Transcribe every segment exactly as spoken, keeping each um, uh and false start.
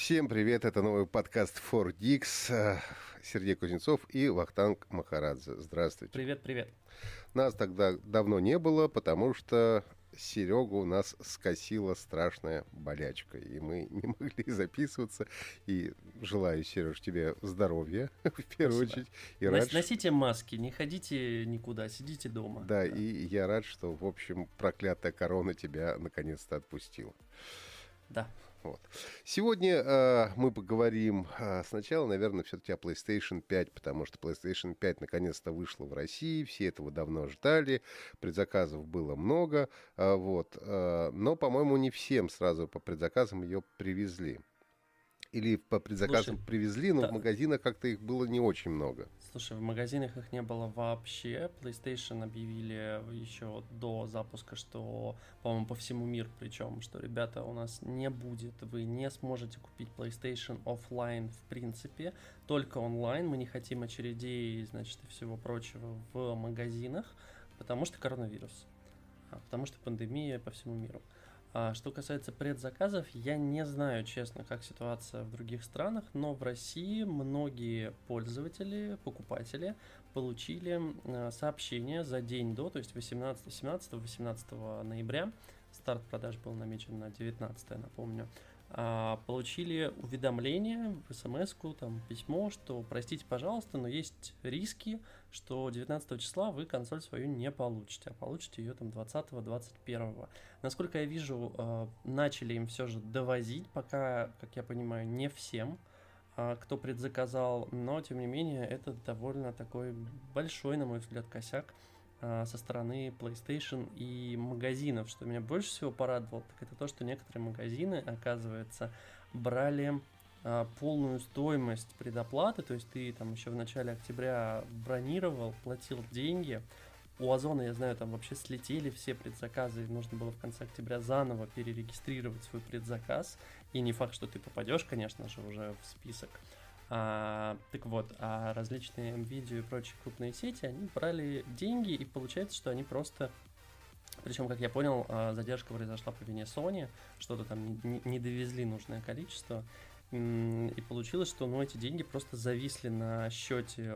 Всем привет, это новый подкаст фор ди икс. Сергей Кузнецов и Вахтанг Махарадзе. Здравствуйте. Привет, привет. Нас тогда давно не было, потому что Серегу у нас скосила страшная болячка, и мы не могли записываться. И желаю, Сереж, тебе здоровья, в первую Спасибо. очередь. И рад, Носите маски, не ходите никуда, сидите дома. Да, да, и я рад, что, в общем, проклятая корона тебя наконец-то отпустила. Да. Вот. Сегодня э, мы поговорим э, сначала, наверное, все-таки о PlayStation пять, потому что PlayStation пять наконец-то вышла в России, все этого давно ждали, предзаказов было много, э, вот, э, но, по-моему, не всем сразу по предзаказам ее привезли. Или по предзаказам Слушай, привезли, но да. в магазинах как-то их было не очень много. Слушай, в магазинах их не было вообще. PlayStation объявили еще до запуска, что, по-моему, по всему миру, причем, что, ребята, у нас не будет, вы не сможете купить PlayStation офлайн в принципе, только онлайн. Мы не хотим очередей, значит, и всего прочего в магазинах, потому что коронавирус, потому что пандемия по всему миру. А что касается предзаказов, я не знаю, честно, как ситуация в других странах, но в России многие пользователи, покупатели получили сообщение за день до, то есть семнадцатого-восемнадцатого ноября, старт продаж был намечен на девятнадцатое, напомню, получили уведомление в смс-ку, там, письмо, что простите, пожалуйста, но есть риски, что девятнадцатого числа вы консоль свою не получите, а получите ее там двадцатого-двадцать первого. Насколько я вижу, начали им все же довозить, пока, как я понимаю, не всем, кто предзаказал, но, тем не менее, это довольно такой большой, на мой взгляд, косяк со стороны PlayStation и магазинов. Что меня больше всего порадовало, так это то, что некоторые магазины, оказывается, брали а, полную стоимость предоплаты, то есть ты там еще в начале октября бронировал, платил деньги. У Озона, я знаю, там вообще слетели все предзаказы, и нужно было в конце октября заново перерегистрировать свой предзаказ, и не факт, что ты попадешь, конечно же, уже в список. А, так вот, а различные МВидео и прочие крупные сети, они брали деньги, и получается, что они просто... Причем, как я понял, задержка произошла по вине Sony, что-то там не, не довезли нужное количество, и получилось, что ну, эти деньги просто зависли на счете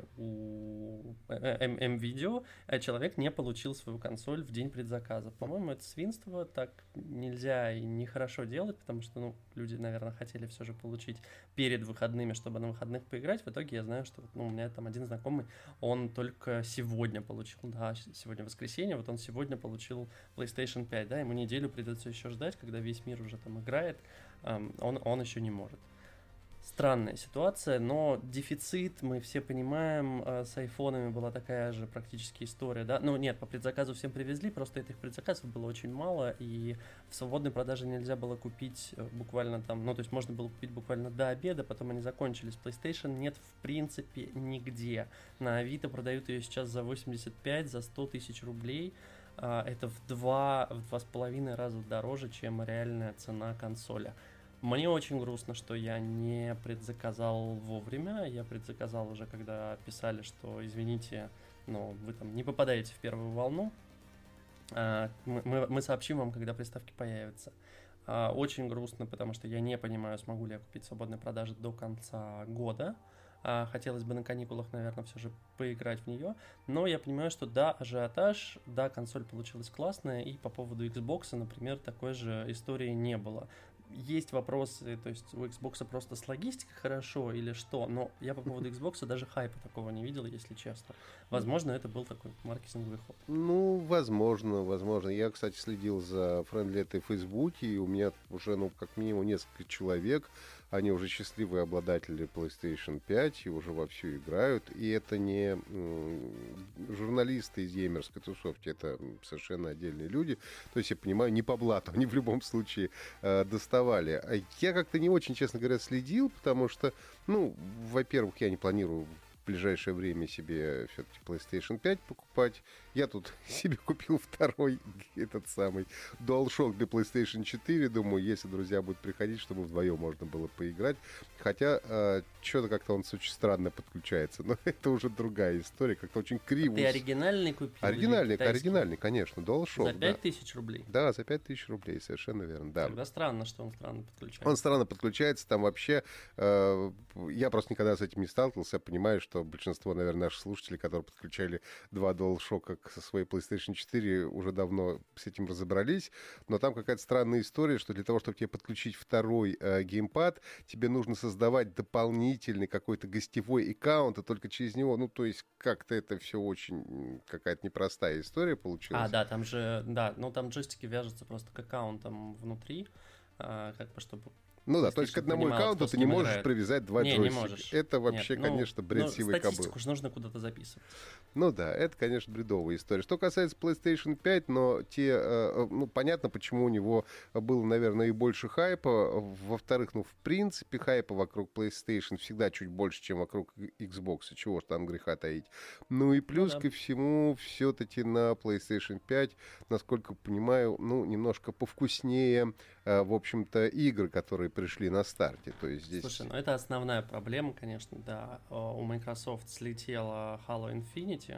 у МВидео, а человек не получил свою консоль в день предзаказа. По-моему, это свинство, так нельзя и нехорошо делать, потому что ну, люди, наверное, хотели все же получить перед выходными, чтобы на выходных поиграть. В итоге я знаю, что ну, у меня там один знакомый, он только сегодня получил, да, сегодня воскресенье, вот он сегодня получил PlayStation пять, да, ему неделю придется еще ждать, когда весь мир уже там играет, он, он еще не может. Странная ситуация, но дефицит, мы все понимаем, с айфонами была такая же практически история, да, ну нет, по предзаказу всем привезли, просто этих предзаказов было очень мало, и в свободной продаже нельзя было купить буквально там, ну то есть можно было купить буквально до обеда, потом они закончились. PlayStation нет в принципе нигде, на Авито продают ее сейчас за восемьдесят пять, за сто тысяч рублей, это в два, в два с половиной раза дороже, чем реальная цена консоли. Мне очень грустно, что я не предзаказал вовремя, я предзаказал уже, когда писали, что, извините, но вы там не попадаете в первую волну, мы, мы, мы сообщим вам, когда приставки появятся. Очень грустно, потому что я не понимаю, смогу ли я купить в свободной продаже до конца года. Хотелось бы на каникулах, наверное, все же поиграть в нее. Но я понимаю, что да, ажиотаж, да, консоль получилась классная, и по поводу Xbox, например, такой же истории не было. Есть вопросы, то есть у Xbox просто с логистикой хорошо или что, но я по поводу Xbox даже хайпа такого не видел, если честно. Возможно, это был такой маркетинговый ход. Ну, возможно, возможно. Я, кстати, следил за френдлетой в Фейсбуке, и у меня уже, ну, как минимум несколько человек, они уже счастливые обладатели PlayStation пять и уже вовсю играют, и это не м, журналисты из геймерской тусовки, это совершенно отдельные люди, то есть я понимаю, не по блату, они в любом случае э, доставали. А я как-то не очень, честно говоря, следил, потому что, ну, во-первых, я не планирую ближайшее время себе все-таки PlayStation пять покупать. Я тут себе купил второй, этот самый DualShock для PlayStation четыре. Думаю, если друзья будут приходить, чтобы вдвоем можно было поиграть. Хотя э, что-то как-то он очень странно подключается. Но это уже другая история. Как-то очень криво. Ты оригинальный купил? Оригинальный, оригинальный, конечно. DualShock. За пять тысяч да. рублей? Да, за пять тысяч рублей, совершенно верно. Да. Тогда странно, что он странно подключается. Он странно подключается. Там вообще... Э, я просто никогда с этим не сталкивался. Я понимаю, что большинство, наверное, наших слушателей, которые подключали два DualShock со своей PlayStation четыре, уже давно с этим разобрались. Но там какая-то странная история, что для того, чтобы тебе подключить второй э, геймпад, тебе нужно создавать дополнительный какой-то гостевой аккаунт, и только через него, ну, то есть как-то это все очень какая-то непростая история получилась. А, да, там же, да, ну, там джойстики вяжутся просто к аккаунтам внутри, а, как бы, чтобы... Ну да, то есть к одному аккаунту ты не можешь играет. привязать два не, джойстика. Не можешь. Это вообще, Нет, конечно, ну, бред ну, сивой кобылы. Статистику же нужно куда-то записывать. Ну да, это, конечно, бредовая история. Что касается PlayStation пять, но те, э, ну, понятно, почему у него было, наверное, и больше хайпа. Во-вторых, ну, в принципе, хайпа вокруг PlayStation всегда чуть больше, чем вокруг Xbox. Чего ж там греха таить. Ну и плюс ну, да. ко всему, все-таки на PlayStation пять, насколько понимаю, ну, немножко повкуснее, э, в общем-то, игры, которые пришли на старте. То есть здесь... Слушай, ну это основная проблема, конечно, да. У Microsoft слетела Halo Infinity,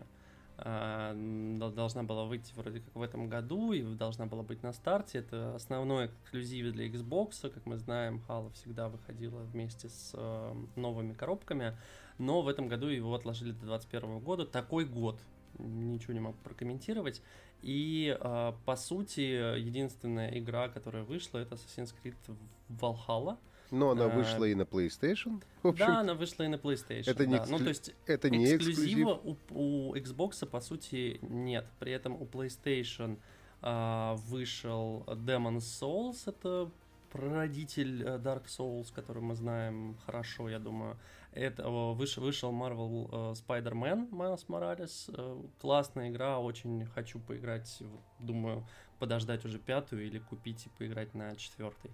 должна была выйти вроде как в этом году и должна была быть на старте. Это основной эксклюзив для Xbox, как мы знаем, Halo всегда выходила вместе с новыми коробками, но в этом году его отложили до двадцать первого года. Такой год, ничего не могу прокомментировать. И, э, по сути, единственная игра, которая вышла, это Assassin's Creed Valhalla. Но она вышла а, и на PlayStation. В общем, да, она вышла и на PlayStation. Это да. не, эксклю... ну, то есть это не эксклюзива у, у Xbox, по сути, нет. При этом у PlayStation э, вышел Demon's Souls, это прародитель Dark Souls, который мы знаем хорошо, я думаю. Это, вышел, вышел Marvel uh, Spider-Man Miles Morales. Uh, классная игра, очень хочу поиграть. Думаю, подождать уже пятую или купить и поиграть на четвертой.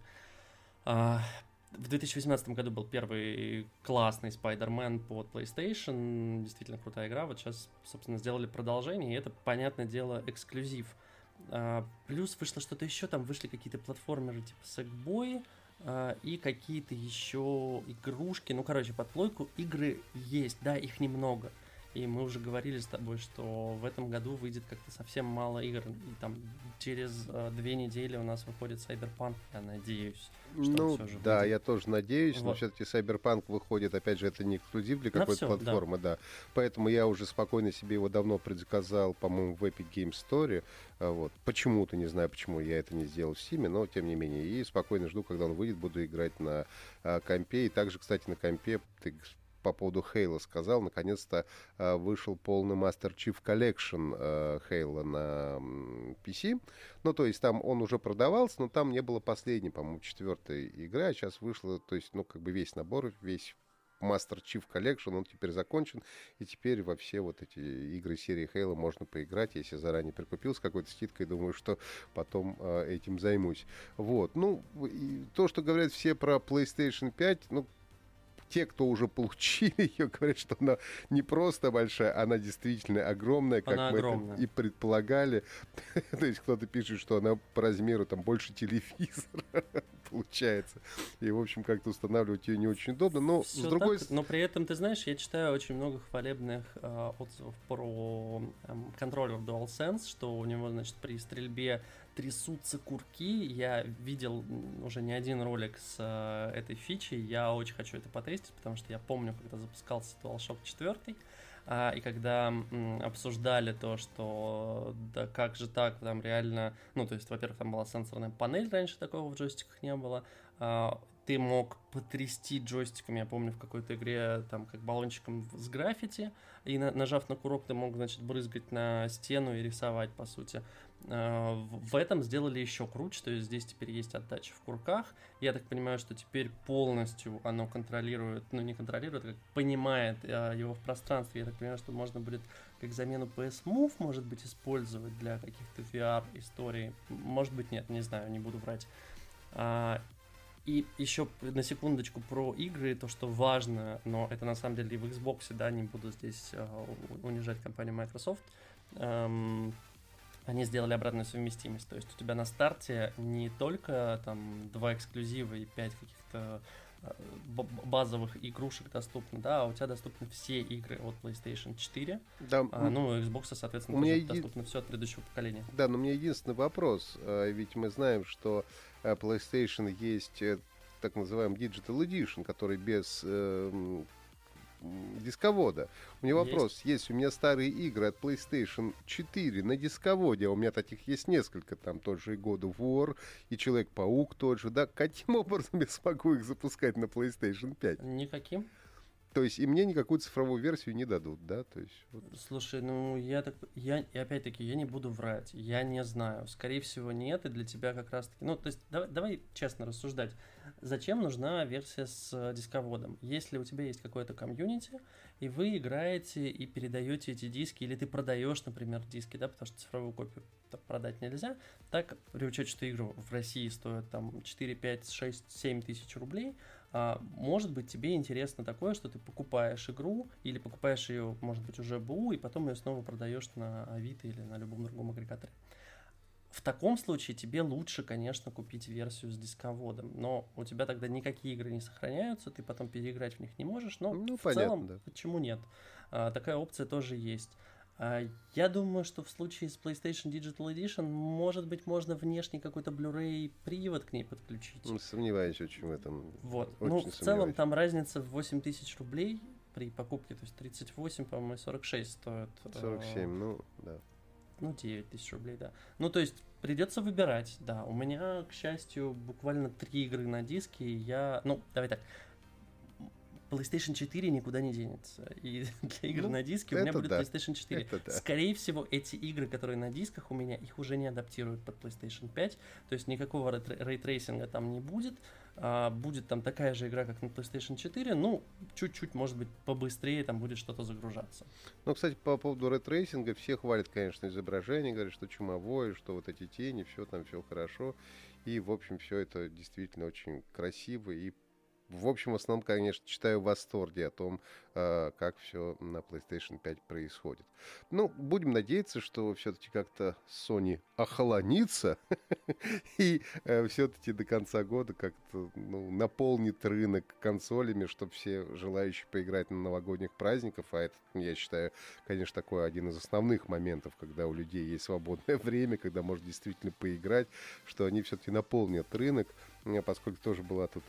Uh, в две тысячи восемнадцатом году был первый классный Spider-Man под PlayStation. Действительно крутая игра. Вот сейчас, собственно, сделали продолжение, и это, понятное дело, эксклюзив. Uh, плюс вышло что-то еще, там вышли какие-то платформеры типа Sackboy, uh, и какие-то еще игрушки. Ну, короче, под плойку игры есть, да, их немного. И мы уже говорили с тобой, что в этом году выйдет как-то совсем мало игр. И там через uh, две недели у нас выходит Cyberpunk, я надеюсь. Что ну, все же да, выйдет. Я тоже надеюсь, вот. Но все-таки Cyberpunk выходит, опять же, это не эксклюзив для какой-то все, платформы, да. да. Поэтому я уже спокойно себе его давно предзаказал, по-моему, в Epic Games Store. Вот. Почему-то, не знаю, почему я это не сделал в Steam, но тем не менее. И спокойно жду, когда он выйдет, буду играть на а, компе. И также, кстати, на компе ты по поводу Halo сказал, наконец-то э, вышел полный Master Chief Collection э, Halo на м, пи си. Ну, то есть там он уже продавался, но там не было последней, по-моему, четвертой игры, а сейчас вышло, то есть, ну, как бы весь набор, весь Master Chief Collection, он теперь закончен, и теперь во все вот эти игры серии Halo можно поиграть, если заранее прикупил с какой-то скидкой, думаю, что потом э, этим займусь. Вот, ну, и то, что говорят все про PlayStation пять, ну, те, кто уже получили ее, говорят, что она не просто большая, она действительно огромная, как она мы огромная. это и предполагали. То есть кто-то пишет, что она по размеру там больше телевизора получается. И, в общем, как-то устанавливать ее не очень удобно. Но, с другой... так, но при этом, ты знаешь, я читаю очень много хвалебных э, отзывов про э, контроллер DualSense, что у него, значит, при стрельбе трясутся курки. Я видел уже не один ролик с э, этой фичей. Я очень хочу это потестить, потому что я помню, когда запускался DualShock четыре, а, и когда м, обсуждали то, что да как же так, там реально, ну, то есть, во-первых, там была сенсорная панель, раньше такого в джойстиках не было, а, ты мог потрясти джойстиком, я помню, в какой-то игре, там, как баллончиком с граффити, и на, нажав на курок, ты мог, значит, брызгать на стену и рисовать, по сути. В этом сделали еще круче, то есть здесь теперь есть отдача в курках. Я так понимаю, что теперь полностью оно контролирует, ну не контролирует, как понимает его в пространстве. Я так понимаю, что можно будет как замену пи эс Move, может быть, использовать для каких-то ви ар-историй. Может быть, нет, не знаю, не буду врать. И еще на секундочку про игры, то, что важно, но это на самом деле и в Xbox, да, не буду здесь э, унижать компанию Microsoft, эм, они сделали обратную совместимость. То есть у тебя на старте не только там два эксклюзива и пять каких-то э, базовых игрушек доступны, да, а у тебя доступны все игры от PlayStation четыре. Да, а, ну, у Xbox, соответственно, тоже еди... доступно все от предыдущего поколения. Да, но у меня единственный вопрос. Ведь мы знаем, что PlayStation есть так называемый Digital Edition, который без э, дисковода. У меня вопрос. Есть. есть у меня старые игры от PlayStation четыре на дисководе, а у меня таких есть несколько, там тот же и God of War, и Человек-паук тот же, да? Каким образом я смогу их запускать на PlayStation пять? Никаким. То есть и мне никакую цифровую версию не дадут, да? То есть, вот. Слушай, ну я так, я, и опять-таки, я не буду врать, я не знаю, скорее всего нет, и для тебя как раз-таки, ну то есть давай, давай честно рассуждать, зачем нужна версия с дисководом? Если у тебя есть какое-то комьюнити, и вы играете и передаете эти диски, или ты продаешь, например, диски, да, потому что цифровую копию продать нельзя, так, при учете, что игры в России стоят там четыре, пять, шесть, семь тысяч рублей, а, может быть, тебе интересно такое, что ты покупаешь игру, или покупаешь ее, может быть, уже БУ, и потом ее снова продаешь на Авито или на любом другом агрегаторе. В таком случае тебе лучше, конечно, купить версию с дисководом, но у тебя тогда никакие игры не сохраняются, ты потом переиграть в них не можешь, но ну, в понятно, целом, да. почему нет? А, такая опция тоже есть. А, я думаю, что в случае с PlayStation Digital Edition, может быть, можно внешний какой-то Blu-ray привод к ней подключить. Ну, сомневаюсь очень в этом. Вот. Очень ну, в целом там разница в восемь тысяч рублей при покупке, то есть тридцать восемь, по-моему, сорок шесть стоит. сорок семь, ну, да. Ну, девять тысяч рублей, да. Ну, то есть придется выбирать, да. У меня, к счастью, буквально три игры на диске, и я... Ну, давай так. PlayStation четыре никуда не денется. И для игр ну, на диске у меня будет да. PlayStation четыре. Да. Скорее всего, эти игры, которые на дисках у меня, их уже не адаптируют под PlayStation пять. То есть никакого рейтрейсинга там не будет. А, будет там такая же игра, как на PlayStation четыре. Ну, чуть-чуть, может быть, побыстрее там будет что-то загружаться. Ну, кстати, по поводу рейтрейсинга, все хвалят, конечно, изображение, говорят, что чумовое, что вот эти тени, все там, все хорошо. И, в общем, все это действительно очень красиво и в общем, в основном, конечно, читаю в восторге о том, э, как все на PlayStation пять происходит. Ну, будем надеяться, что все-таки как-то Sony охолонится и э, все-таки до конца года как-то ну, наполнит рынок консолями, чтобы все желающие поиграть на новогодних праздниках, а это, я считаю, конечно, такой один из основных моментов, когда у людей есть свободное время, когда можно действительно поиграть, что они все-таки наполнят рынок, поскольку тоже была тут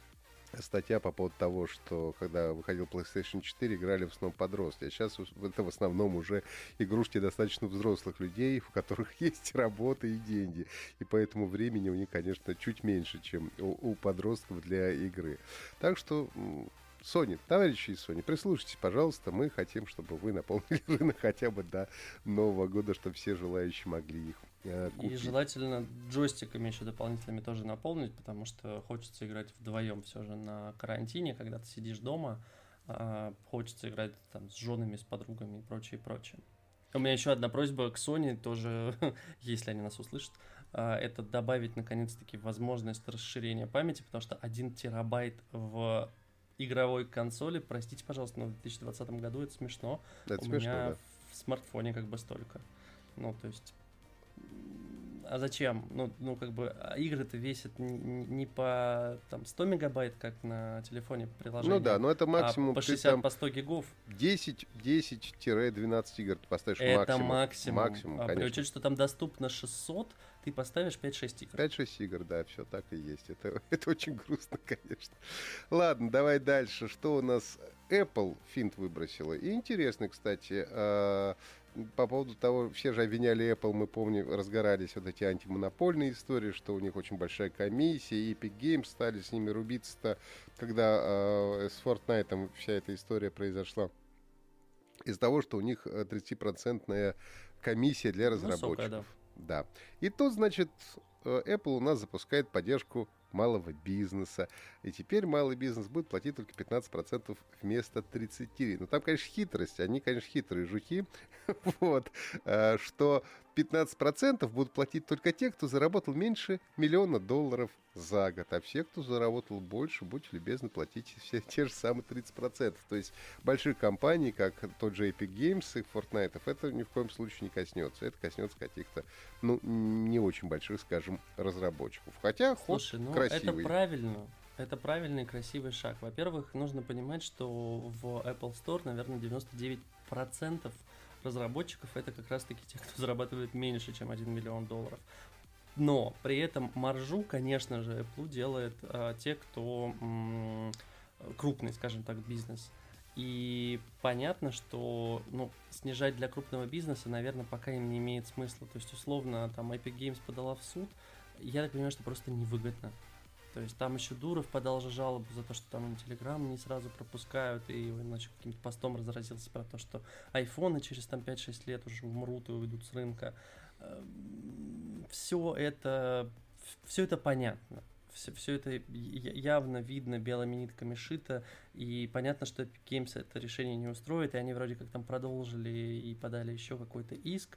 статья по поводу того, что когда выходил PlayStation четыре, играли в основном подростки. А сейчас это в основном уже игрушки достаточно взрослых людей, у которых есть работа и деньги. И поэтому времени у них, конечно, чуть меньше, чем у, у подростков для игры. Так что... Sony, товарищи из Sony, прислушайтесь, пожалуйста, мы хотим, чтобы вы наполнили рынок хотя бы до Нового года, чтобы все желающие могли их э, купить. И желательно джойстиками еще дополнительными тоже наполнить, потому что хочется играть вдвоем все же на карантине, когда ты сидишь дома, э, хочется играть там с женами, с подругами и прочее, и прочее. У меня еще одна просьба к Sony, тоже, если они нас услышат, э, это добавить наконец-таки возможность расширения памяти, потому что один терабайт в игровой консоли, простите, пожалуйста, но в две тысячи двадцатом году это смешно. Это У смешно, меня да. в смартфоне как бы столько. Ну, то есть... А зачем? Ну, ну как бы игры-то весят не, не по там, сто мегабайт, как на телефоне приложение. Ну да, но это максимум. А по шестьдесят, там, по сто гигов. десять-двенадцать игр ты поставишь это максимум. максимум. максимум а при учете, что там доступно шестьсот, ты поставишь пять-шесть игр. пять-шесть игр, да, все так и есть. Это, это очень грустно, конечно. Ладно, давай дальше. Что у нас Apple финт выбросила? И интересно, кстати, э, по поводу того, все же обвиняли Apple, мы помним, разгорались вот эти антимонопольные истории, что у них очень большая комиссия, и Epic Games стали с ними рубиться-то, когда э, с Fortnite вся эта история произошла. Из-за того, что у них тридцатипроцентная комиссия для разработчиков. Высокая, да. Да. И тут, значит, Apple у нас запускает поддержку малого бизнеса. И теперь малый бизнес будет платить только пятнадцать процентов вместо тридцати процентов. Ну, там, конечно, хитрость. Они, конечно, хитрые жуки. Вот. Что пятнадцать процентов будут платить только те, кто заработал меньше миллиона долларов за год. А все, кто заработал больше, будьте любезны, платите все те же самые тридцать процентов. То есть больших компаний, как тот же Epic Games и Fortnite, это ни в коем случае не коснется. Это коснется каких-то, ну, не очень больших, скажем, разработчиков. Хотя ход Слушай, ну красивый. это правильно. Это правильный, красивый шаг. Во-первых, нужно понимать, что в Apple Store, наверное, девяносто девять процентов разработчиков это как раз-таки те, кто зарабатывает меньше, чем один миллион долларов. Но при этом маржу, конечно же, Apple делает а, те, кто м- крупный, скажем так, бизнес. И понятно, что ну, снижать для крупного бизнеса, наверное, пока им не имеет смысла. То есть, условно, там Epic Games подала в суд, я так понимаю, что просто невыгодно. То есть там еще Дуров подал же жалобу за то, что там Telegram не сразу пропускают, и иначе каким-то постом разразился про то, что айфоны через там пять-шесть лет уже умрут и уйдут с рынка. Все это, все это понятно. Все, все это явно видно, белыми нитками шито, и понятно, что Epic Games это решение не устроит, и они вроде как там продолжили и подали еще какой-то иск.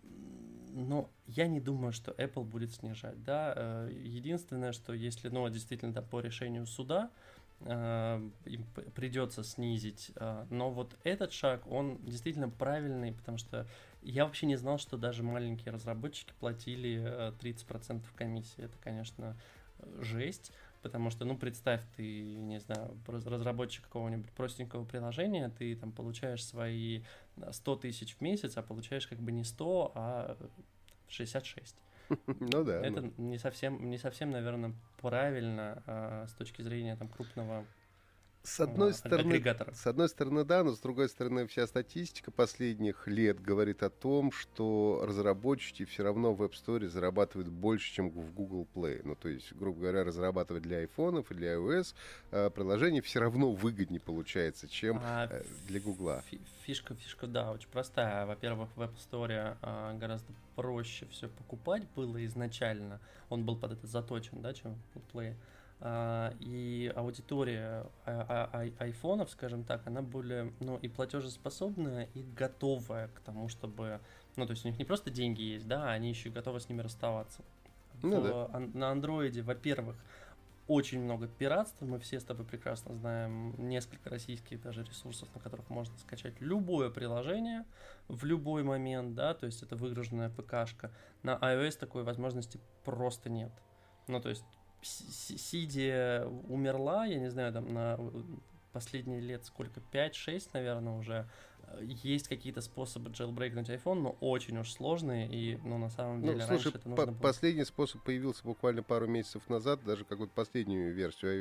Но я не думаю, что Apple будет снижать, да. Единственное, что если, ну, действительно, да, по решению суда э, им придется снизить, э, но вот этот шаг, он действительно правильный, потому что я вообще не знал, что даже маленькие разработчики платили тридцать процентов комиссии. Это, конечно, жесть. Потому что, ну, представь, ты, не знаю, разработчик какого-нибудь простенького приложения, ты там получаешь свои сто тысяч в месяц, а получаешь как бы не сто, а шестьдесят шесть. Ну да. Это ну. не совсем, не совсем, наверное, правильно а, с точки зрения там крупного С одной, а, стороны, агрегатора. с одной стороны, да, но с другой стороны, вся статистика последних лет говорит о том, что разработчики все равно в App Store зарабатывают больше, чем в Google Play. Ну, то есть, грубо говоря, разрабатывать для айфонов и для iOS э, приложение все равно выгоднее получается, чем А э, для Гугла. Фишка, фишка, да, очень простая. Во-первых, в App Store а, гораздо проще все покупать было изначально. Он был под это заточен, да, чем в Google Play. Uh, и аудитория а- а- а- айфонов, скажем так, она более, ну, и платежеспособная, и готовая к тому, чтобы, ну, то есть у них не просто деньги есть, да, они еще и готовы с ними расставаться. Ну, в, да. ан- на андроиде, во-первых, очень много пиратства, мы все с тобой прекрасно знаем несколько российских даже ресурсов, на которых можно скачать любое приложение в любой момент, да, то есть это выгруженная ПКшка. На iOS такой возможности просто нет. Ну, то есть Сидия умерла, я не знаю, там на последние лет сколько, пять-шесть, наверное, уже. Есть какие-то способы джейлбрейкнуть iPhone, но очень уж сложные, и, ну, на самом деле, Ну, раньше слушай, это нужно по- было... последний способ появился буквально пару месяцев назад, даже какую-то последнюю версию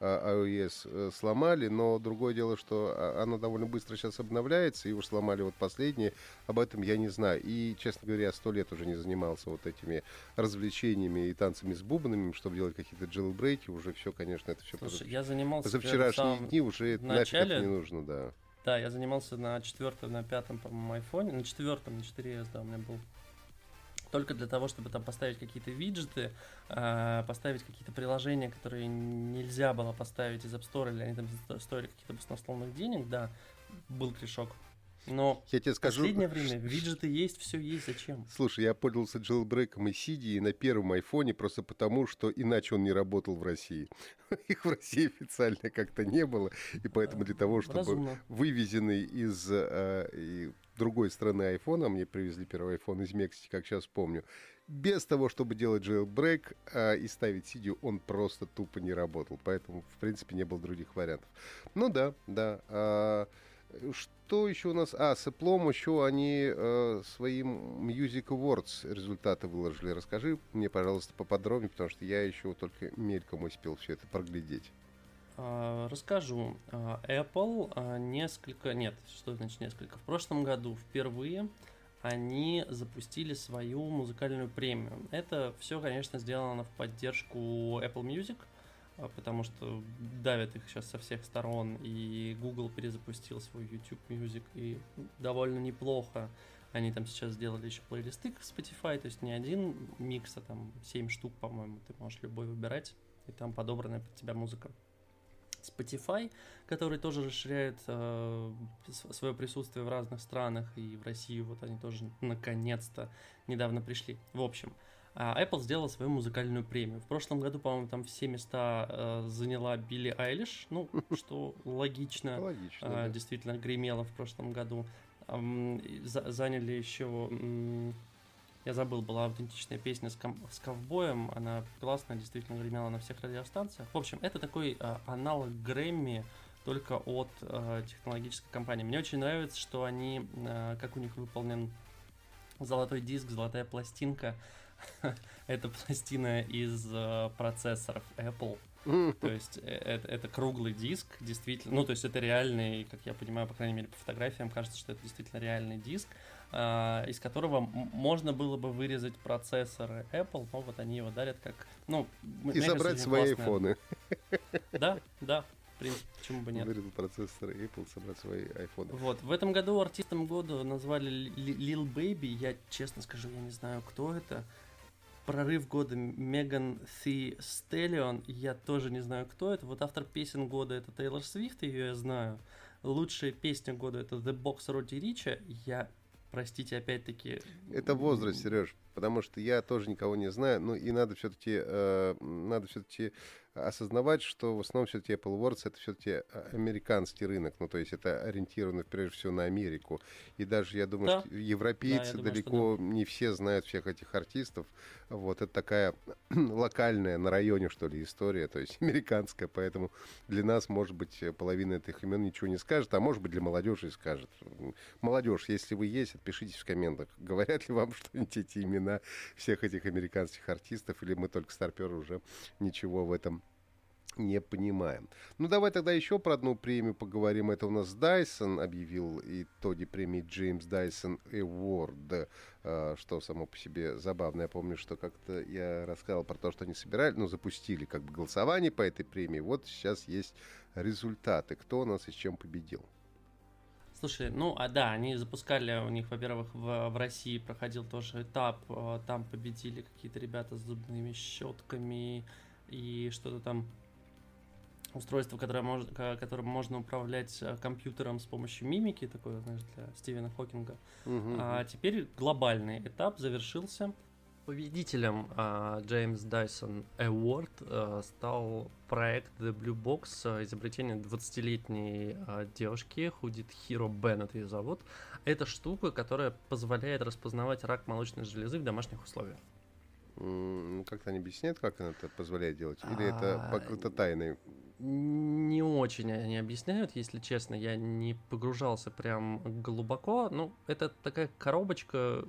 iOS э, сломали, но другое дело, что а, она довольно быстро сейчас обновляется, и уж сломали вот последние, об этом я не знаю. И, честно говоря, сто лет уже не занимался вот этими развлечениями и танцами с бубнами, чтобы делать какие-то джейлбрейки, уже все, конечно, это все Слушай, я занимался за вчерашние самом дни, уже нафиг начале... это не нужно, да. Да, я занимался на четвертом, на пятом, по-моему, айфоне, на четвертом, на четыре эс, да, у меня был. Только для того, чтобы там поставить какие-то виджеты, э, поставить какие-то приложения, которые нельзя было поставить из App Store, или они там стоили каких-то баснословных денег, да, был корешок. Но я тебе в скажу, последнее время виджеты есть, все есть, зачем? Слушай, я пользовался джейлбрейком и Сидией на первом айфоне просто потому, что иначе он не работал в России. Их в России официально как-то не было, и поэтому для того, чтобы Разумно. вывезенный из э, и другой страны айфон, а мне привезли первый айфон из Мексики, как сейчас помню, без того, чтобы делать джейлбрейк э, и ставить Сидию, он просто тупо не работал. Поэтому, в принципе, не было других вариантов. Ну да, да. Э, Что еще у нас? А, с Apple еще они э, своим Music Awards результаты выложили. Расскажи мне, пожалуйста, поподробнее, потому что я еще только мельком успел все это проглядеть. А, расскажу. А, Apple а, несколько... Нет, что значит несколько? В прошлом году впервые они запустили свою музыкальную премию. Это все, конечно, сделано в поддержку Apple Music, потому что давят их сейчас со всех сторон, и Google перезапустил свой YouTube Music, и довольно неплохо. Они там сейчас сделали еще плейлисты к Spotify, то есть не один микс, а там семь штук, по-моему, ты можешь любой выбирать, и там подобранная под тебя музыка. Spotify, который тоже расширяет э, свое присутствие в разных странах, и в Россию вот они тоже наконец-то недавно пришли. В общем, Apple сделала свою музыкальную премию. В прошлом году, по-моему, там все места э, заняла Билли Айлиш, ну, что логично, Логично, э, да. действительно гремела в прошлом году. Эм, за, заняли еще... М- Я забыл, была аутентичная песня с, ком- с ковбоем, она классная, действительно гремела на всех радиостанциях. В общем, это такой э, аналог Грэмми, только от э, технологической компании. Мне очень нравится, что они, э, как у них выполнен золотой диск, золотая пластинка. Это пластина из э, процессоров Apple. То есть это, это круглый диск, действительно, ну то есть это реальный, как я понимаю, по крайней мере по фотографиям кажется, что это действительно реальный диск, э, из которого м- можно было бы вырезать процессоры Apple, но вот они его дарят как, ну, И забрать свои айфоны. Да, да, в принципе, почему бы нет. Вырезать процессоры Apple, собрать свои айфоны. Вот, в этом году артистом года назвали Lil Baby, я честно скажу, я не знаю, кто это. Прорыв года Меган Thee Stallion, я тоже не знаю, кто это. Вот автор песен года это Тейлор Свифт, ее я знаю. Лучшая песня года это The Box Roddy Рича. Я, простите, опять-таки... Это возраст, Сереж, потому что я тоже никого не знаю, ну и надо все-таки э, надо все-таки осознавать, что в основном все-таки Apple Awards это все-таки американский рынок, ну то есть это ориентировано прежде всего на Америку. И даже я думаю, Да. что европейцы Да, думаю, далеко что не все знают всех этих артистов. Вот это такая локальная на районе, что ли, история, то есть американская, поэтому для нас, может быть, половина этих имен ничего не скажет, а может быть для молодежи и скажет. Молодежь, если вы есть, отпишитесь в комментах. Говорят ли вам что-нибудь эти имена всех этих американских артистов, или мы только старперы уже ничего в этом не понимаем. Ну, давай тогда еще про одну премию поговорим. Это у нас Dyson объявил итоги премии James Dyson Award, что само по себе забавно. Я помню, что как-то я рассказал про то, что они собирали, ну, запустили как бы голосование по этой премии. Вот сейчас есть результаты. Кто у нас и с чем победил? Слушай, ну, а да, они запускали, у них, во-первых, в, в России проходил тоже этап, там победили какие-то ребята с зубными щетками и что-то там, устройство, которое мож, которым можно управлять компьютером с помощью мимики, такое, знаешь, для Стивена Хокинга. Угу. А теперь глобальный этап завершился. Победителем uh, James Dyson Award uh, стал проект The Blue Box, uh, изобретение двадцатилетней uh, девушки, Худит Хиро Беннет ее зовут. Это штука, которая позволяет распознавать рак молочной железы в домашних условиях. Mm, как-то они объясняют, как она это позволяет делать? Или uh, это покрыто тайной? Не очень они объясняют, если честно, я не погружался прям глубоко. Ну, это такая коробочка,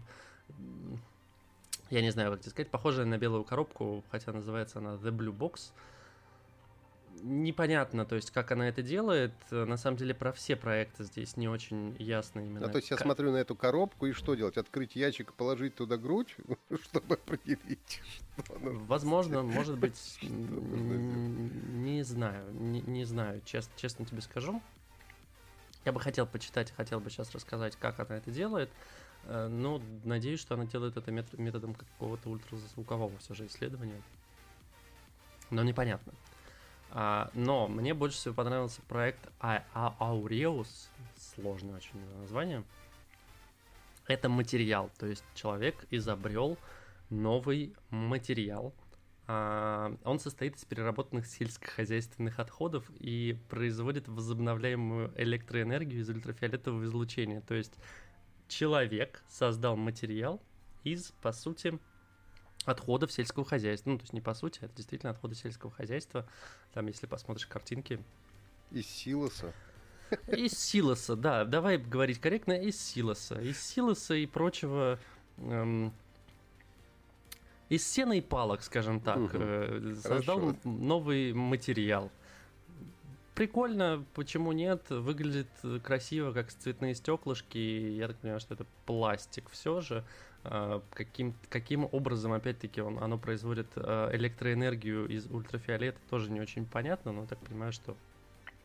я не знаю, как тебе сказать, похожая на белую коробку, хотя называется она The Blue Box. Непонятно, то есть, как она это делает. На самом деле, про все проекты здесь не очень ясно именно. А то есть я как... смотрю на эту коробку, и что делать? Открыть ящик, положить туда грудь, чтобы определить, что она... Возможно, может быть, не знаю, не, не знаю, честно, честно тебе скажу. Я бы хотел почитать, хотел бы сейчас рассказать, как она это делает, но надеюсь, что она делает это методом какого-то ультразвукового все же исследования. Но непонятно. А, но мне больше всего понравился проект Aureus, сложное очень название. Это материал, то есть человек изобрел новый материал. А, он состоит из переработанных сельскохозяйственных отходов и производит возобновляемую электроэнергию из ультрафиолетового излучения. То есть человек создал материал из, по сути, отходов сельского хозяйства. Ну, то есть не по сути, это действительно отходы сельского хозяйства. Там, если посмотришь картинки... Из силоса? Из силоса, да. Давай говорить корректно, из силоса. Из силоса и прочего... Эм, из сена и палок, скажем так. Угу. Э, создал Хорошо. Новый материал. Прикольно, почему нет? Выглядит красиво, как цветные стеклышки. Я так понимаю, что это пластик все же. Каким, каким образом, опять-таки, он, оно производит электроэнергию из ультрафиолета, тоже не очень понятно, но так понимаю, что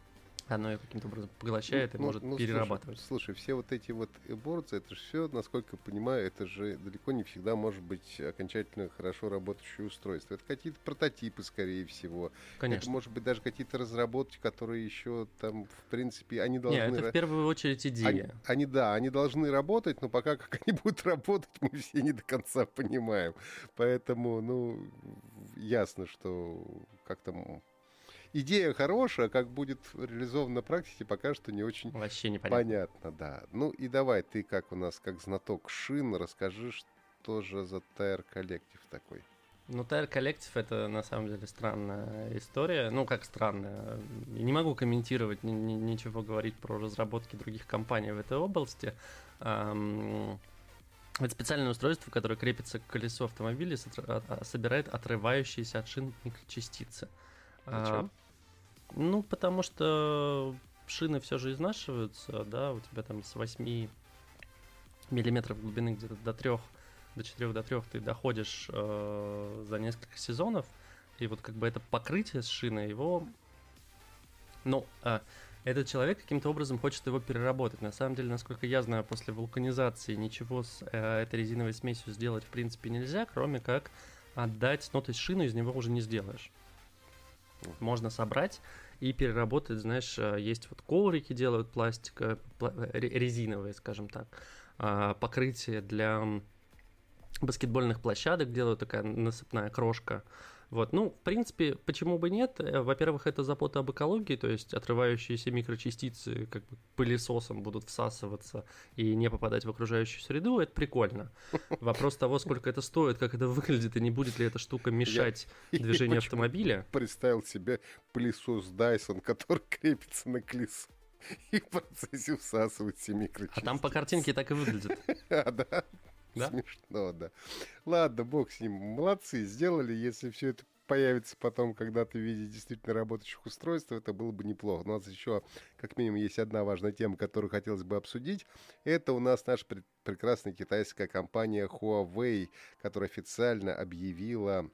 Оно ее каким-то образом поглощает ну, и может ну, перерабатывать. Слушай, слушай, все вот эти вот борцы, это же все, насколько я понимаю, это же далеко не всегда может быть окончательно хорошо работающее устройство. Это какие-то прототипы, скорее всего. Конечно. Это, может быть, даже какие-то разработки, которые еще там, в принципе, они должны... Нет, это в первую очередь идея. Они, они, да, они должны работать, но пока как они будут работать, мы все не до конца понимаем. Поэтому, ну, ясно, что как-то... Идея хорошая, как будет реализована на практике, пока что не очень Вообще непонятно. Понятно, да. Ну и давай, ты как у нас, как знаток шин, расскажи, что же за Tire Collective такой. Ну, Tire Collective — это на самом деле странная история. Ну, как странная. Не могу комментировать, ни, ни, ничего говорить про разработки других компаний в этой области. Эм, это специальное устройство, которое крепится к колесу автомобиля, собирает отрывающиеся от шин микрочастицы. Зачем? А, ну, потому что шины все же изнашиваются, да, у тебя там с восьми миллиметров глубины где-то до трех, до четырех, до трех ты доходишь э, за несколько сезонов, и вот как бы это покрытие с шиной, его, ну, э, этот человек каким-то образом хочет его переработать. На самом деле, насколько я знаю, после вулканизации ничего с э, этой резиновой смесью сделать в принципе нельзя, кроме как отдать, ну, то есть шину из него уже не сделаешь. Можно собрать и переработать, знаешь, есть вот коврики делают пластика, резиновые, скажем так, покрытие для баскетбольных площадок делают, такая насыпная крошка. Вот, ну, в принципе, почему бы нет? Во-первых, это забота об экологии, то есть отрывающиеся микрочастицы как бы пылесосом будут всасываться и не попадать в окружающую среду, это прикольно. Вопрос того, сколько это стоит, как это выглядит, и не будет ли эта штука мешать Я, движению я автомобиля. Представил себе пылесос Dyson, который крепится на колесо и в процессе всасывает все микрочастицы. А там по картинке так и выглядит. А, да? Да? Смешно, да. Ладно, бог с ним. Молодцы, сделали. Если все это появится потом когда-то в виде действительно работающих устройств, это было бы неплохо. У нас еще, как минимум, есть одна важная тема, которую хотелось бы обсудить. Это у нас наша пр- прекрасная китайская компания Huawei, которая официально объявила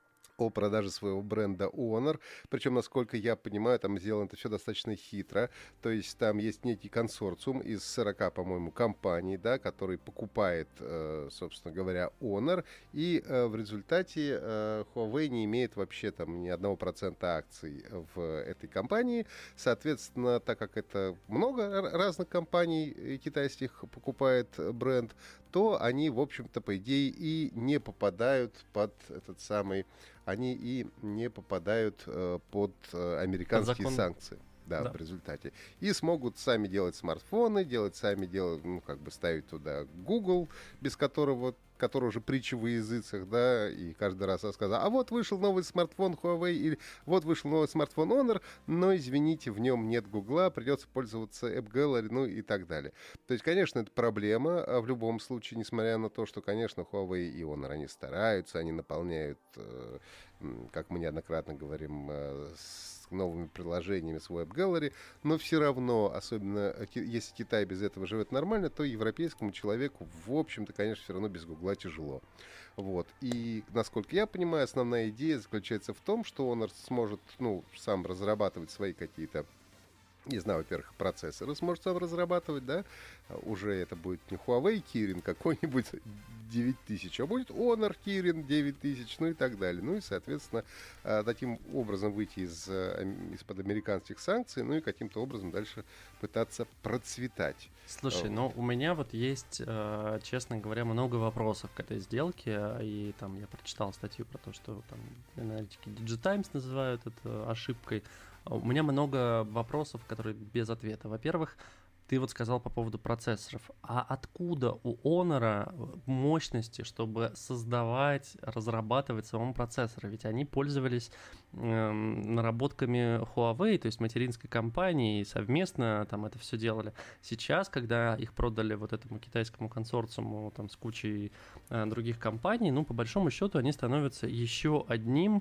о продаже своего бренда Honor. Причем, насколько я понимаю, там сделано это все достаточно хитро. То есть там есть некий консорциум из сорока, по-моему, компаний, да, который покупает, э, собственно говоря, Honor. И э, в результате э, Huawei не имеет вообще там ни одного процента акций в этой компании. Соответственно, так как это много разных компаний китайских покупает бренд, то они, в общем-то, по идее, и не попадают под этот самый... Они и не попадают э, под э, американские под санкции. Да, да, в результате. И смогут сами делать смартфоны, делать сами делать, ну, как бы ставить туда Google, без которого, который уже притча во языцах, да, и каждый раз рассказывал, а вот вышел новый смартфон Huawei, или вот вышел новый смартфон Honor, но, извините, в нем нет Гугла, придется пользоваться App Gallery, ну и так далее. То есть, конечно, это проблема, а в любом случае, несмотря на то, что, конечно, Huawei и Honor, они стараются, они наполняют, э, как мы неоднократно говорим, э, с новыми приложениями свой App Gallery, но все равно, особенно если Китай без этого живет нормально, то европейскому человеку, в общем-то, конечно, все равно без Гугла тяжело. Вот. И, насколько я понимаю, основная идея заключается в том, что он сможет, ну, сам разрабатывать свои какие-то, не знаю, во-первых, процессоры сможет сам разрабатывать, да, уже это будет не Huawei Kirin какой-нибудь девять тысяч, а будет Honor Kirin девять тысяч, ну и так далее. Ну и, соответственно, таким образом выйти из, из-под американских санкций, ну и каким-то образом дальше пытаться процветать. Слушай, ну у меня вот есть, честно говоря, много вопросов к этой сделке, и там я прочитал статью про то, что там аналитики DigiTimes называют это ошибкой. У меня много вопросов, которые без ответа. Во-первых, ты вот сказал по поводу процессоров. А откуда у Honor мощности, чтобы создавать, разрабатывать самому процессоры? Ведь они пользовались э, наработками Huawei, то есть материнской компании, и совместно там это все делали. Сейчас, когда их продали вот этому китайскому консорциуму там, с кучей э, других компаний, ну, по большому счету, они становятся еще одним...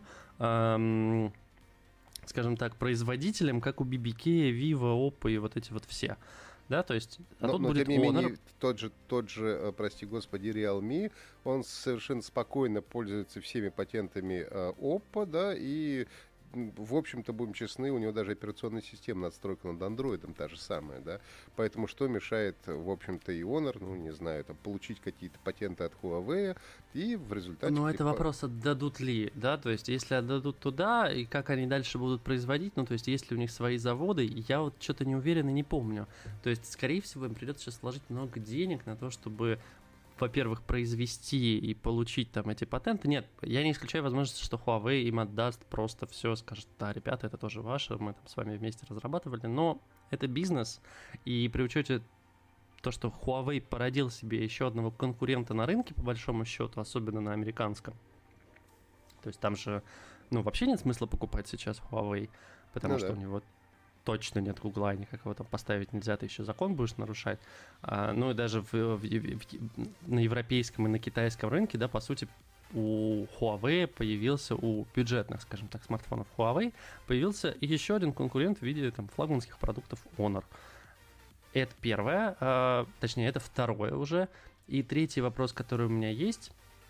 Э, скажем так, производителем, как у би би кей, Vivo, Oppo и вот эти вот все. Да, то есть, а но, тут но, будет тем не Honor. менее, тот же, тот же, прости господи, Realme, он совершенно спокойно пользуется всеми патентами э, Oppo, да, и в общем-то, будем честны, у него даже операционная система, надстройка над андроидом та же самая, да, поэтому что мешает, в общем-то, и Honor, ну, не знаю, там, получить какие-то патенты от Huawei, и в результате... Ну, это вопрос, отдадут ли, да, то есть, если отдадут туда, и как они дальше будут производить, ну, то есть, есть ли у них свои заводы, я вот что-то не уверен и не помню, то есть, скорее всего, им придется сейчас вложить много денег на то, чтобы... во-первых, произвести и получить там эти патенты. Нет, я не исключаю возможности, что Huawei им отдаст просто все, скажет, да, ребята, это тоже ваше, мы там с вами вместе разрабатывали, но это бизнес, и при учете то, что Huawei породил себе еще одного конкурента на рынке, по большому счету, особенно на американском, то есть там же, ну, вообще нет смысла покупать сейчас Huawei, потому ну, что да. у него точно нет Гугла, никак его там поставить нельзя, ты еще закон будешь нарушать. А, ну и даже в, в, в, в, на европейском и на китайском рынке, да, по сути, у Huawei появился, у бюджетных, скажем так, смартфонов Huawei появился еще один конкурент в виде там флагманских продуктов Honor. Это первое, а, точнее, это второе уже. И третий вопрос, который у меня есть,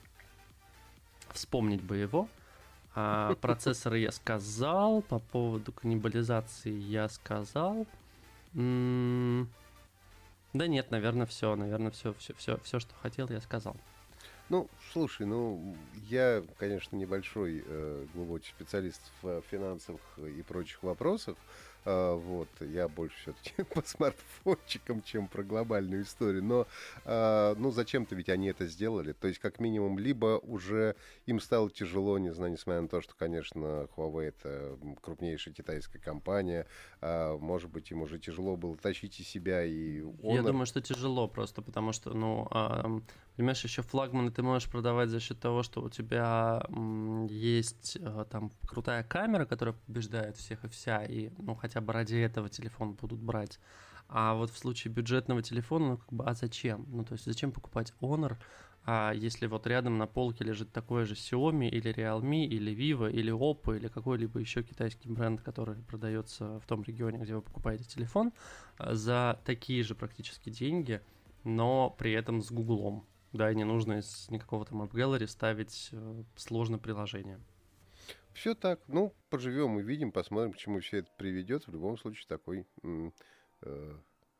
вспомнить бы его. А, процессоры я сказал, по поводу каннибализации я сказал. М-м- да нет, наверное, все, наверное, все, все, все, все, что хотел, я сказал. Ну, слушай, ну, я, конечно, небольшой э, глубокий специалист в финансовых и прочих вопросах. Uh, вот, я больше все-таки по смартфончикам, чем про глобальную историю. Но, uh, ну, зачем-то ведь они это сделали. То есть, как минимум, либо уже им стало тяжело, не знаю, несмотря на то, что, конечно, Huawei — это крупнейшая китайская компания. Uh, может быть, им уже тяжело было тащить из себя и Honor. Я думаю, что тяжело просто, потому что, ну, э, понимаешь, еще флагманы ты можешь продавать за счет того, что у тебя м, есть э, там крутая камера, которая побеждает всех и вся, и, ну, хотя бы ради этого телефон будут брать. А вот в случае бюджетного телефона, ну, как бы, а зачем? Ну, то есть, зачем покупать Honor, а если вот рядом на полке лежит такой же Xiaomi или Realme, или Vivo, или Oppo, или какой-либо еще китайский бренд, который продается в том регионе, где вы покупаете телефон, за такие же практически деньги, но при этом с Гуглом. Да, и не нужно из никакого там App Gallery ставить сложное приложение. Все так. Ну, поживем и видим, посмотрим, к чему все это приведет. В любом случае, такой э,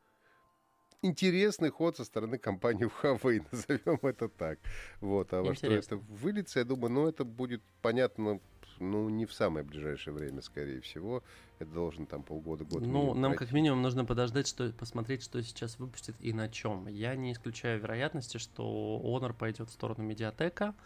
интересный ход со стороны компании Huawei, назовем это так. Вот. А во что это выльется, я думаю, ну, это будет понятно, ну, не в самое ближайшее время, скорее всего. Это должен там полгода-год. Ну, нам пройти. Как минимум нужно подождать, что, посмотреть, что сейчас выпустит и на чем. Я не исключаю вероятности, что Honor пойдет в сторону медиатека,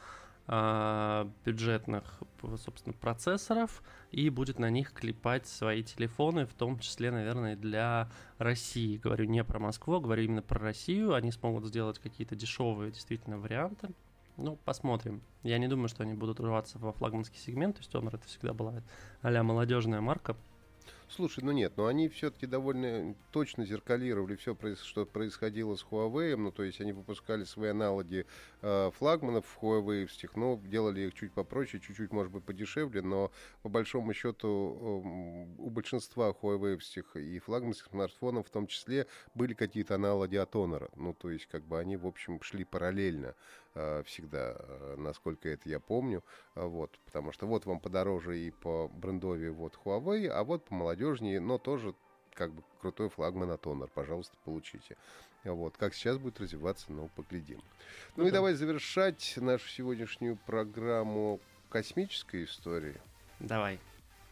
бюджетных, собственно, процессоров и будет на них клепать свои телефоны, в том числе, наверное, для России. Говорю не про Москву, говорю именно про Россию. Они смогут сделать какие-то дешевые действительно варианты. Ну, посмотрим. Я не думаю, что они будут рваться во флагманский сегмент, то есть Honor это всегда была а-ля молодежная марка. Слушай, ну нет, но они все-таки довольно точно зеркалировали все, что происходило с Huawei, ну то есть они выпускали свои аналоги э, флагманов Huawei-овских, но делали их чуть попроще, чуть-чуть, может быть, подешевле, но по большому счету э, у большинства Huawei-овских и флагманских смартфонов в том числе были какие-то аналоги от Honor, ну то есть как бы они, в общем, шли параллельно э, всегда, э, насколько это я помню, э, вот, потому что вот вам подороже и по брендове вот Huawei, а вот по молодежи, но тоже как бы крутой флагман от Honor. Пожалуйста, получите. Вот. Как сейчас будет развиваться, ну, поглядим. Ну, ну и да. Давай завершать нашу сегодняшнюю программу космической истории. Давай.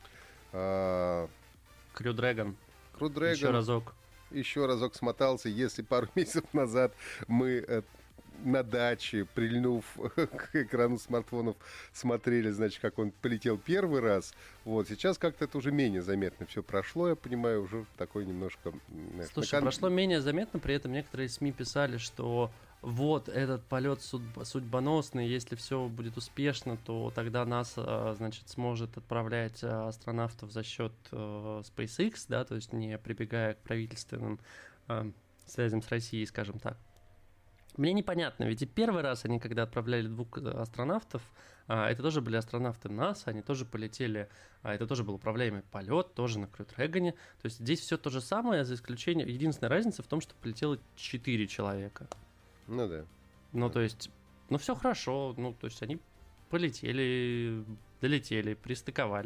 А... Crew Dragon. Crew Dragon. Еще разок. Еще разок смотался. Если пару месяцев назад мы на даче, прильнув к экрану смартфонов, смотрели, значит, как он полетел первый раз. Вот, сейчас как-то это уже менее заметно все прошло, я понимаю, уже такой немножко... Слушай, накан... прошло менее заметно, при этом некоторые СМИ писали, что вот этот полет судьб... судьбоносный, если все будет успешно, то тогда НАСА, значит, сможет отправлять астронавтов за счет э, SpaceX, да, то есть не прибегая к правительственным э, связям с Россией, скажем так. Мне непонятно, ведь и первый раз они, когда отправляли двух астронавтов, это тоже были астронавты НАСА, они тоже полетели, это тоже был управляемый полет, тоже на Crew Dragon. То есть здесь все то же самое, за исключением, единственная разница в том, что полетело четыре человека. Ну да. Ну то есть, ну все хорошо, ну то есть они полетели, долетели, пристыковались,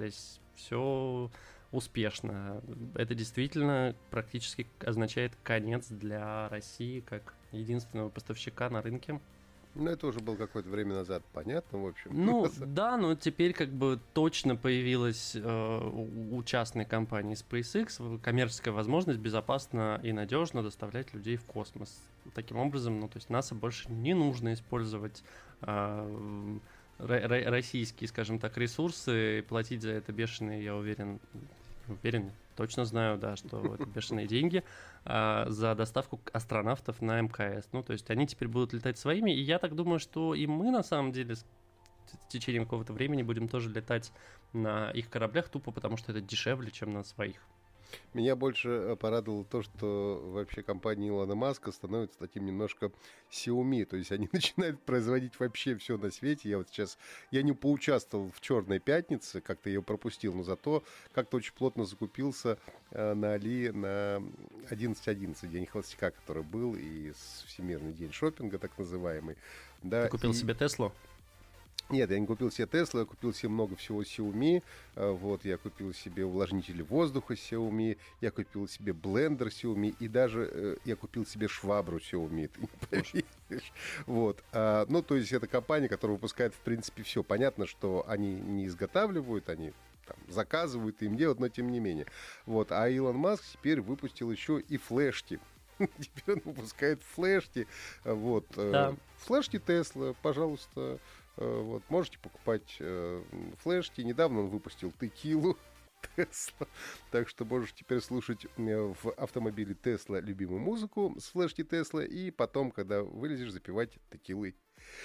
все успешно. Это действительно практически означает конец для России как единственного поставщика на рынке. Ну, это уже было какое-то время назад, понятно, в общем. Ну, да, но теперь как бы точно появилась э, у частной компании SpaceX коммерческая возможность безопасно и надежно доставлять людей в космос. Таким образом, ну, то есть НАСА больше не нужно использовать э, российские, скажем так, ресурсы и платить за это бешеные, я уверен, уверен, точно знаю, да, что это бешеные деньги а, за доставку астронавтов на МКС. Ну, то есть они теперь будут летать своими, и я так думаю, что и мы, на самом деле, с в течение какого-то времени будем тоже летать на их кораблях, тупо потому что это дешевле, чем на своих. Меня больше порадовало то, что вообще компания Илона Маска становится таким немножко Xiaomi, то есть они начинают производить вообще все на свете. Я вот сейчас, я не поучаствовал в «Черной пятнице», как-то ее пропустил, но зато как-то очень плотно закупился э, на Али на одиннадцать одиннадцать, день холостяка, который был, и Всемирный день шопинга, так называемый. Да, Ты купил и... себе Теслу? Нет, я не купил себе Tesla, я купил себе много всего Xiaomi. Вот, я купил себе увлажнители воздуха Xiaomi, я купил себе блендер Xiaomi, и даже э, я купил себе швабру Xiaomi, ты не поверишь. Вот. А, ну, то есть это компания, которая выпускает, в принципе, все. Понятно, что они не изготавливают, они там заказывают, им делают, но тем не менее. Вот. А Илон Маск теперь выпустил еще и флешки. Теперь он выпускает флешки. Вот. Да. Флешки Tesla, пожалуйста. Вот, можете покупать э, флешки. Недавно он выпустил текилу Tesla. Так что можешь теперь слушать э, в автомобиле Tesla любимую музыку с флешки Tesla. И потом, когда вылезешь, запивать текилой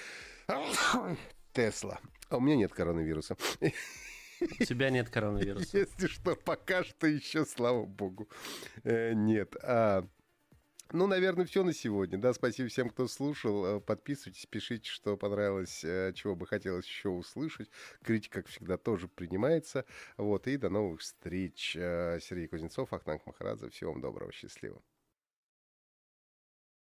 Tesla. А у меня нет коронавируса. У тебя нет коронавируса. Если что, пока что еще, слава богу, э, нет. А... Ну, наверное, все на сегодня. Да, спасибо всем, кто слушал. Подписывайтесь, пишите, что понравилось, чего бы хотелось еще услышать. Критика, как всегда, тоже принимается. Вот, и до новых встреч. Сергей Кузнецов, Ахтанг Махарадзе. Всего вам доброго, счастливо.